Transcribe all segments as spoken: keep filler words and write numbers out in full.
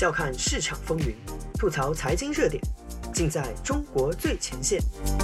笑看市场风云，吐槽财经热点，尽在中国最前线。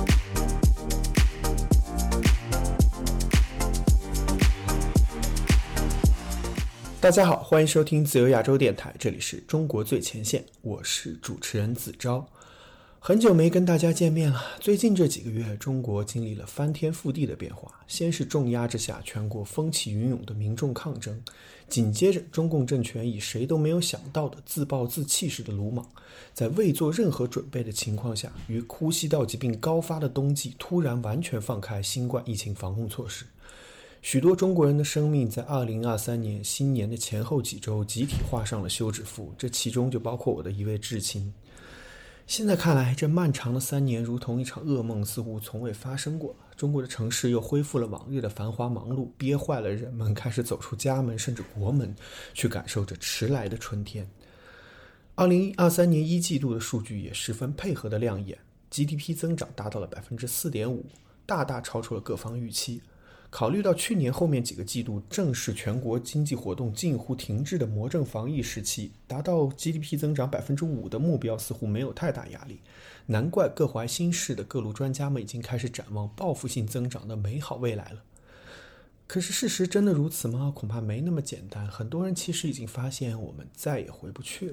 大家好，欢迎收听自由亚洲电台，这里是中国最前线，我是主持人子昭。很久没跟大家见面了，最近这几个月，中国经历了翻天覆地的变化。先是重压之下全国风起云涌的民众抗争，紧接着中共政权以谁都没有想到的自暴自弃式的鲁莽，在未做任何准备的情况下，于呼吸道疾病高发的冬季突然完全放开新冠疫情防控措施。许多中国人的生命在二零二三年新年的前后几周集体画上了休止符，这其中就包括我的一位至亲。现在看来，这漫长的三年如同一场噩梦，似乎从未发生过。中国的城市又恢复了往日的繁华忙碌，憋坏了人们开始走出家门甚至国门，去感受着迟来的春天。二零二三年一季度的数据也十分配合的亮眼， G D P 增长达到了 百分之四点五， 大大超出了各方预期。考虑到去年后面几个季度正是全国经济活动近乎停滞的魔怔防疫时期，达到 G D P 增长 百分之五 的目标似乎没有太大压力，难怪各怀心事的各路专家们已经开始展望报复性增长的美好未来了。可是事实真的如此吗？恐怕没那么简单，很多人其实已经发现我们再也回不去了。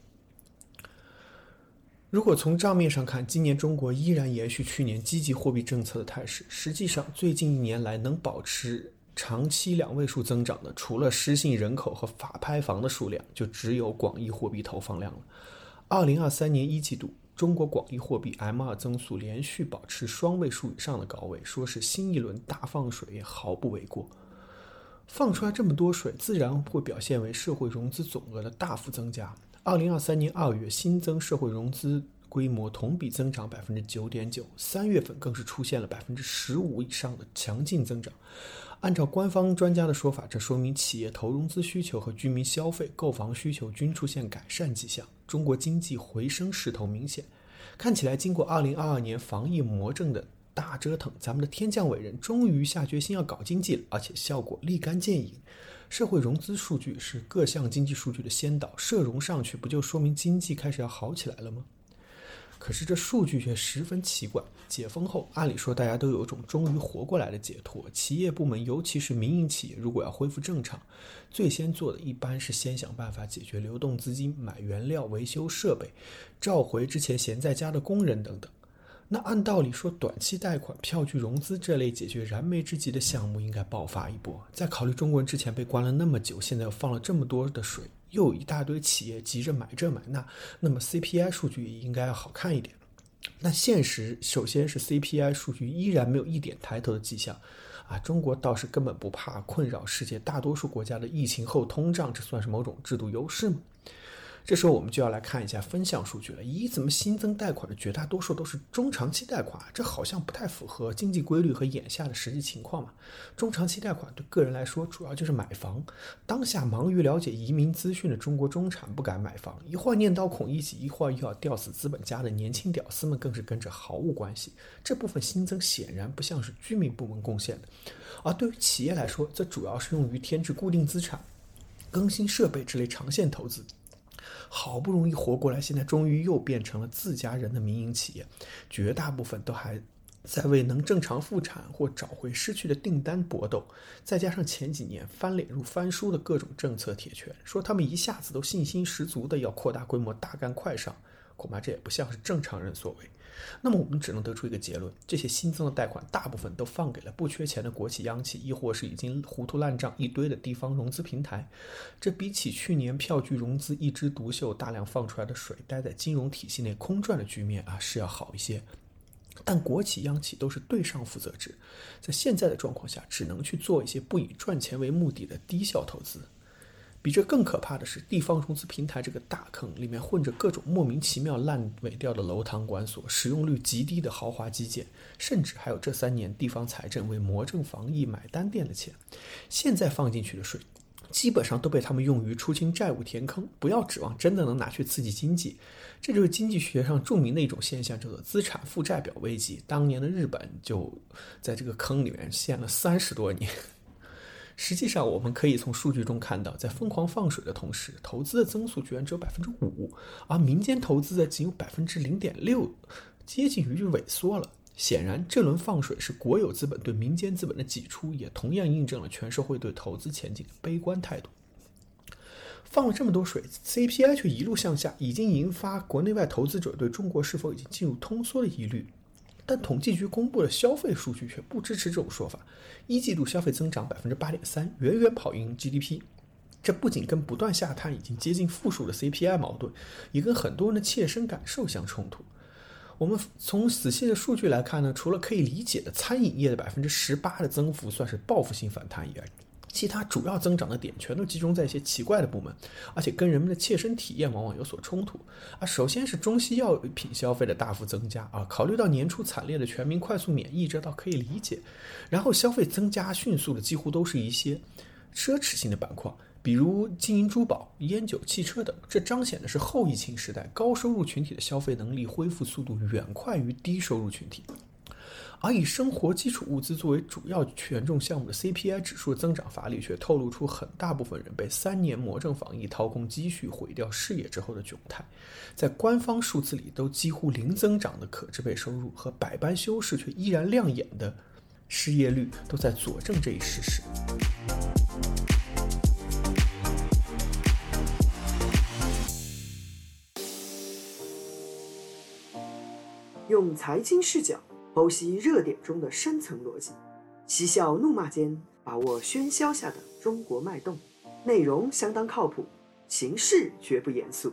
如果从账面上看，今年中国依然延续去年积极货币政策的态势，实际上最近一年来能保持长期两位数增长的，除了失信人口和法拍房的数量，就只有广义货币投放量了。二零二三年一季度，中国广义货币 M 二 增速连续保持双位数以上的高位，说是新一轮大放水也毫不为过。放出来这么多水，自然会表现为社会融资总额的大幅增加。二零二三年二月新增社会融资规模同比增长 百分之九点九， 三月份更是出现了 百分之十五 以上的强劲增长。按照官方专家的说法，这说明企业投融资需求和居民消费购房需求均出现改善迹象，中国经济回升势头明显。看起来经过二零二二年防疫魔怔的大折腾，咱们的天降伟人终于下决心要搞经济了，而且效果立竿见影。社会融资数据是各项经济数据的先导，社融上去不就说明经济开始要好起来了吗？可是这数据却十分奇怪，解封后按理说大家都有一种终于活过来的解脱，企业部门尤其是民营企业如果要恢复正常，最先做的一般是先想办法解决流动资金，买原料、维修设备，召回之前闲在家的工人等等。那按道理说，短期贷款、票据融资这类解决燃眉之急的项目应该爆发一波。再考虑中国人之前被关了那么久，现在又放了这么多的水，又有一大堆企业急着买这买那，那么 C P I 数据也应该要好看一点。那现实首先是 C P I 数据依然没有一点抬头的迹象啊！中国倒是根本不怕困扰世界大多数国家的疫情后通胀，这算是某种制度优势吗？这时候我们就要来看一下分项数据了。咦，怎么新增贷款的绝大多数都是中长期贷款？这好像不太符合经济规律和眼下的实际情况嘛。中长期贷款对个人来说主要就是买房，当下忙于了解移民资讯的中国中产不敢买房，一会儿念叨孔乙己，一会儿又要吊死资本家的年轻屌丝们更是跟着毫无关系。这部分新增显然不像是居民部门贡献的，而对于企业来说，这主要是用于添置固定资产、更新设备之类长线投资。好不容易活过来，现在终于又变成了自家人的民营企业，绝大部分都还在为能正常复产或找回失去的订单搏斗，再加上前几年翻脸如翻书的各种政策铁拳，说他们一下子都信心十足的要扩大规模大干快上，恐怕这也不像是正常人所为。那么我们只能得出一个结论，这些新增的贷款大部分都放给了不缺钱的国企央企，亦或是已经糊涂烂账一堆的地方融资平台。这比起去年票据融资一枝独秀，大量放出来的水待在金融体系内空转的局面啊，是要好一些。但国企央企都是对上负责制，在现在的状况下只能去做一些不以赚钱为目的的低效投资。比这更可怕的是，地方融资平台这个大坑里面混着各种莫名其妙烂尾掉的楼堂馆所，使用率极低的豪华基建，甚至还有这三年地方财政为魔怔防疫买单垫的钱，现在放进去的税基本上都被他们用于出清债务填坑，不要指望真的能拿去刺激经济。这就是经济学上著名的一种现象，叫做资产负债表危机。当年的日本就在这个坑里面陷了三十多年。 实际上，我们可以从数据中看到，在疯狂放水的同时，投资的增速居然只有百分之五，而民间投资的仅有百分之零点六，接近于萎缩了。显然，这轮放水是国有资本对民间资本的挤出，也同样印证了全社会对投资前景的悲观态度。放了这么多水 ，C P I 却一路向下，已经引发国内外投资者对中国是否已经进入通缩的疑虑。但统计局公布的消费数据却不支持这种说法，一季度消费增长 百分之八点三， 远远跑赢 G D P。 这不仅跟不断下探已经接近负数的 C P I 矛盾，也跟很多人的切身感受相冲突。我们从仔细的数据来看呢，除了可以理解的餐饮业的 百分之十八 的增幅算是报复性反弹以外，其他主要增长的点全都集中在一些奇怪的部门，而且跟人们的切身体验往往有所冲突。而首先是中西药品消费的大幅增加啊，考虑到年初惨烈的全民快速免疫，这倒可以理解。然后消费增加迅速的几乎都是一些奢侈性的板块，比如金银珠宝、烟酒、汽车等，这彰显的是后疫情时代高收入群体的消费能力恢复速度远快于低收入群体。而以生活基础物资作为主要权重项目的 C P I 指数的增长乏力，却透露出很大部分人被三年魔怔防疫掏空积蓄、毁掉事业之后的窘态。在官方数字里都几乎零增长的可支配收入和百般修饰却依然亮眼的失业率，都在佐证这一事实。 用财经视角剖析热点中的深层逻辑，嬉笑怒骂间把握喧嚣下的中国脉动。内容相当靠谱，形式绝不严肃。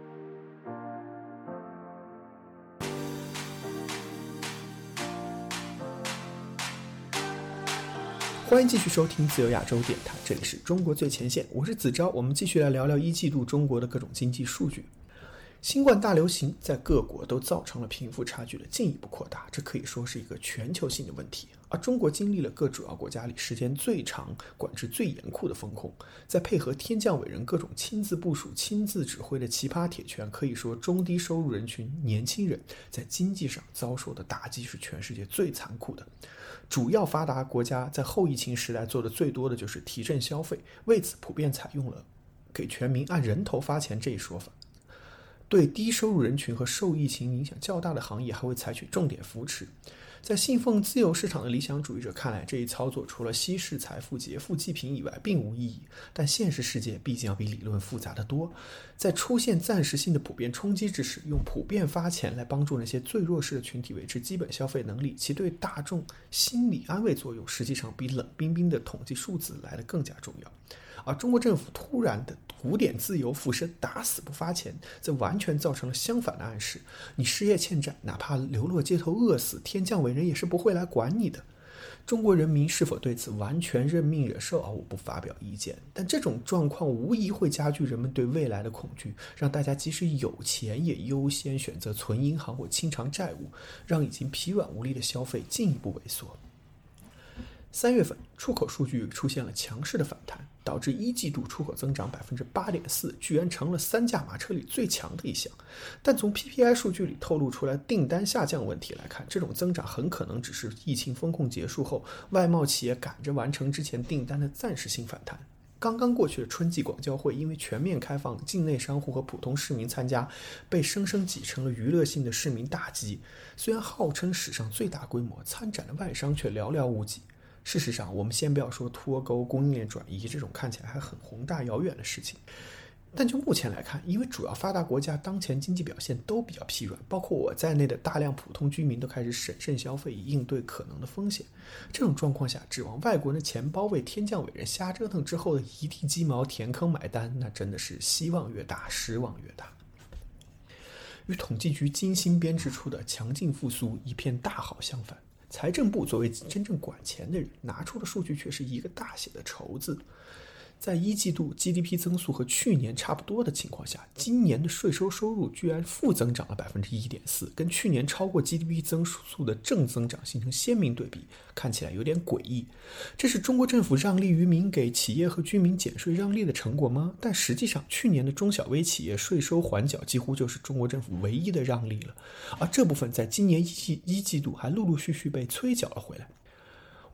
欢迎继续收听自由亚洲电台，这里是中国最前线，我是子昭。我们继续来聊聊一季度中国的各种经济数据。新冠大流行在各国都造成了贫富差距的进一步扩大，这可以说是一个全球性的问题。而中国经历了各主要国家里时间最长、管制最严酷的风控，再配合天降伟人各种亲自部署、亲自指挥的奇葩铁拳，可以说中低收入人群、年轻人在经济上遭受的打击是全世界最残酷的。主要发达国家在后疫情时代做的最多的就是提振消费，为此普遍采用了给全民按人头发钱这一说法。对低收入人群和受疫情影响较大的行业还会采取重点扶持。在信奉自由市场的理想主义者看来，这一操作除了稀释财富、劫富济贫以外并无意义，但现实世界毕竟要比理论复杂得多。在出现暂时性的普遍冲击之时，用普遍发钱来帮助那些最弱势的群体维持基本消费能力，其对大众心理安慰作用实际上比冷冰冰的统计数字来得更加重要。而中国政府突然的古典自由附身，打死不发钱，这完全造成了相反的暗示。你失业欠债，哪怕流落街头饿死，天降伟人也是不会来管你的。中国人民是否对此完全认命忍受啊？我不发表意见，但这种状况无疑会加剧人们对未来的恐惧，让大家即使有钱也优先选择存银行或清偿债务，让已经疲软无力的消费进一步萎缩。三月份出口数据出现了强势的反弹，导致一季度出口增长 百分之八点四， 居然成了三驾马车里最强的一项。但从 P P I 数据里透露出来订单下降问题来看，这种增长很可能只是疫情风控结束后外贸企业赶着完成之前订单的暂时性反弹。刚刚过去的春季广交会因为全面开放，境内商户和普通市民参加，被生生挤成了娱乐性的市民大集。虽然号称史上最大规模，参展的外商却寥寥无几。事实上，我们先不要说脱钩、供应链转移这种看起来还很宏大遥远的事情，但就目前来看，因为主要发达国家当前经济表现都比较疲软，包括我在内的大量普通居民都开始审慎消费，以应对可能的风险。这种状况下，指望外国人的钱包为天降伟人瞎折腾之后的一地鸡毛填坑买单，那真的是希望越大，失望越大。与统计局精心编制出的强劲复苏一片大好相反，财政部作为真正管钱的人，拿出的数据却是一个大写的愁字。在一季度 G D P 增速和去年差不多的情况下，今年的税收收入居然负增长了 百分之一点四， 跟去年超过 G D P 增速的正增长形成鲜明对比，看起来有点诡异。这是中国政府让利于民，给企业和居民减税让利的成果吗？但实际上，去年的中小微企业税收缓缴几乎就是中国政府唯一的让利了，而这部分在今年一季一季度还陆陆续续被催缴了回来。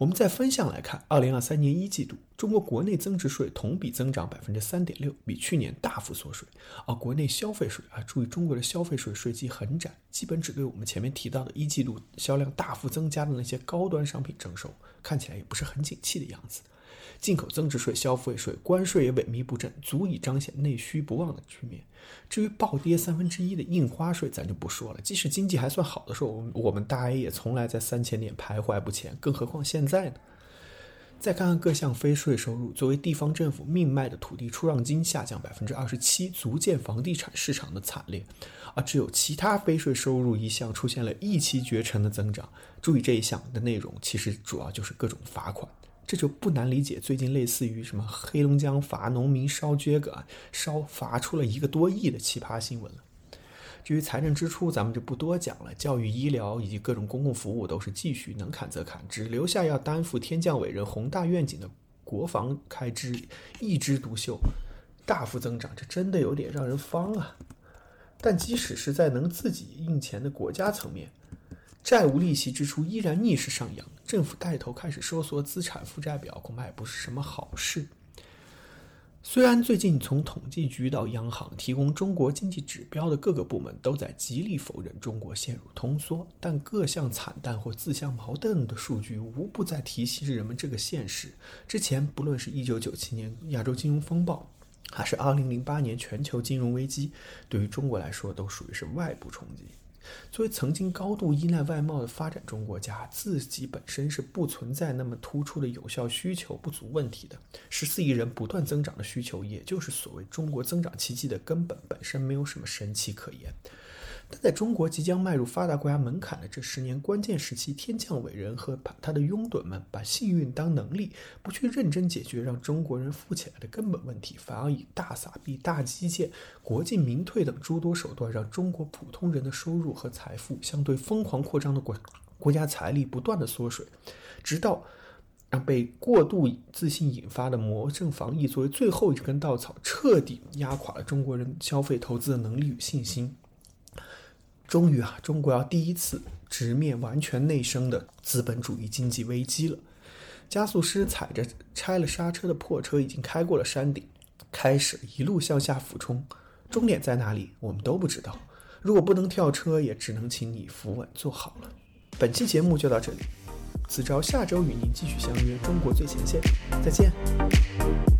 我们再分项来看，二零二三年一季度，中国国内增值税同比增长 百分之三点六， 比去年大幅缩水。而国内消费税啊，注意中国的消费税税基很窄，基本只对我们前面提到的一季度销量大幅增加的那些高端商品征收，看起来也不是很景气的样子。进口增值税、消费税、关税也萎靡不振，足以彰显内需不旺的局面。至于暴跌三分之一的印花税，咱就不说了。即使经济还算好的时候，我们大 A 也从来在三千点徘徊不前，更何况现在呢？再看看各项非税收入，作为地方政府命脉的土地出让金下降 百分之二十七， 足见房地产市场的惨烈。而只有其他非税收入一项出现了一骑绝尘的增长。注意这一项的内容其实主要就是各种罚款。这就不难理解最近类似于什么黑龙江罚农民烧秸秆烧罚出了一个多亿的奇葩新闻了。至于财政支出咱们就不多讲了，教育、医疗以及各种公共服务都是继续能砍则砍，只留下要担负天降伟人宏大愿景的国防开支一枝独秀，大幅增长，这真的有点让人慌啊。但即使是在能自己印钱的国家层面，债务利息支出依然逆势上扬，政府带头开始收缩资产负债表，恐怕也不是什么好事。虽然最近从统计局到央行提供中国经济指标的各个部门都在极力否认中国陷入通缩，但各项惨淡或自相矛盾的数据无不在提醒人们这个现实。之前不论是一九九七年亚洲金融风暴，还是二零零八年全球金融危机，对于中国来说都属于是外部冲击。作为曾经高度依赖外贸的发展中国家，自己本身是不存在那么突出的有效需求不足问题的。十四亿人不断增长的需求，也就是所谓中国增长奇迹的根本，本身没有什么神奇可言。但在中国即将迈入发达国家门槛的这十年关键时期，天降伟人和他的拥趸们把幸运当能力，不去认真解决让中国人富起来的根本问题，反而以大撒币、大基建、国进民退等诸多手段，让中国普通人的收入和财富相对疯狂扩张的国国家财力不断的缩水，直到让被过度自信引发的魔怔防疫作为最后一根稻草，彻底压垮了中国人消费投资的能力与信心。终于啊，中国要第一次直面完全内生的资本主义经济危机了。加速师踩着拆了刹车的破车已经开过了山顶，开始一路向下俯冲，终点在哪里我们都不知道。如果不能跳车，也只能请你扶稳坐好了。本期节目就到这里，子昭下周与您继续相约中国最前线，再见。